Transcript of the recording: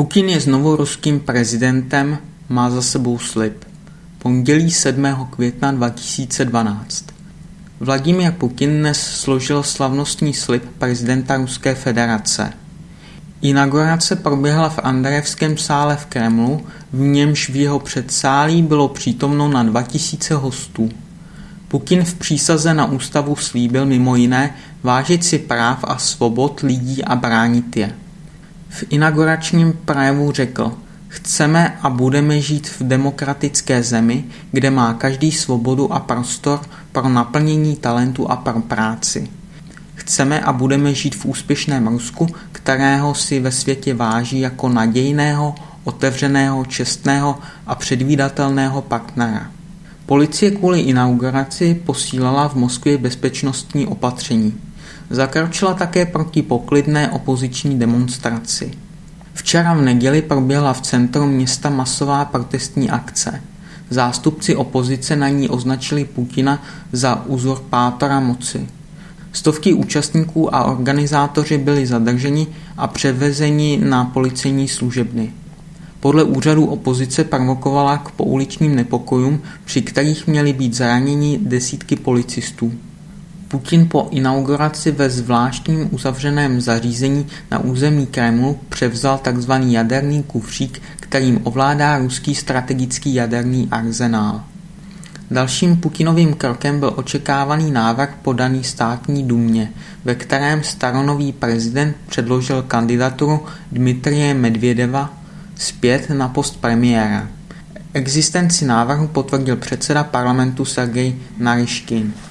Putin je znovu ruským prezidentem, má za sebou slib. Pondělí 7. května 2012. Vladimír Putin dnes složil slavnostní slib prezidenta Ruské federace. Inaugurace proběhla v Andrejevském sále v Kremlu, v němž v jeho předsálí bylo přítomno na 2000 hostů. Putin v přísaze na ústavu slíbil mimo jiné vážit si práv a svobod lidí a bránit je. V inauguračním projevu řekl: Chceme a budeme žít v demokratické zemi, kde má každý svobodu a prostor pro naplnění talentu a pro práci. Chceme a budeme žít v úspěšném Rusku, kterého si ve světě váží jako nadějného, otevřeného, čestného a předvídatelného partnera. Policie kvůli inauguraci posílala v Moskvě bezpečnostní opatření. Zakročila také proti poklidné opoziční demonstraci. Včera v neděli proběhla v centru města masová protestní akce. Zástupci opozice na ní označili Putina za uzurpátora moci. Stovky účastníků a organizátoři byli zadrženi a převezeni na policejní služebny. Podle úřadů opozice provokovala k pouličním nepokojům, při kterých měli být zraněni desítky policistů. Putin po inauguraci ve zvláštním uzavřeném zařízení na území Kremlu převzal tzv. Jaderný kufřík, kterým ovládá ruský strategický jaderný arzenál. Dalším Putinovým krokem byl očekávaný návrh podaný státní dumě, ve kterém staronový prezident předložil kandidaturu Dmitrije Medvědeva zpět na post premiéra. Existenci návrhu potvrdil předseda parlamentu Sergej Naryškin.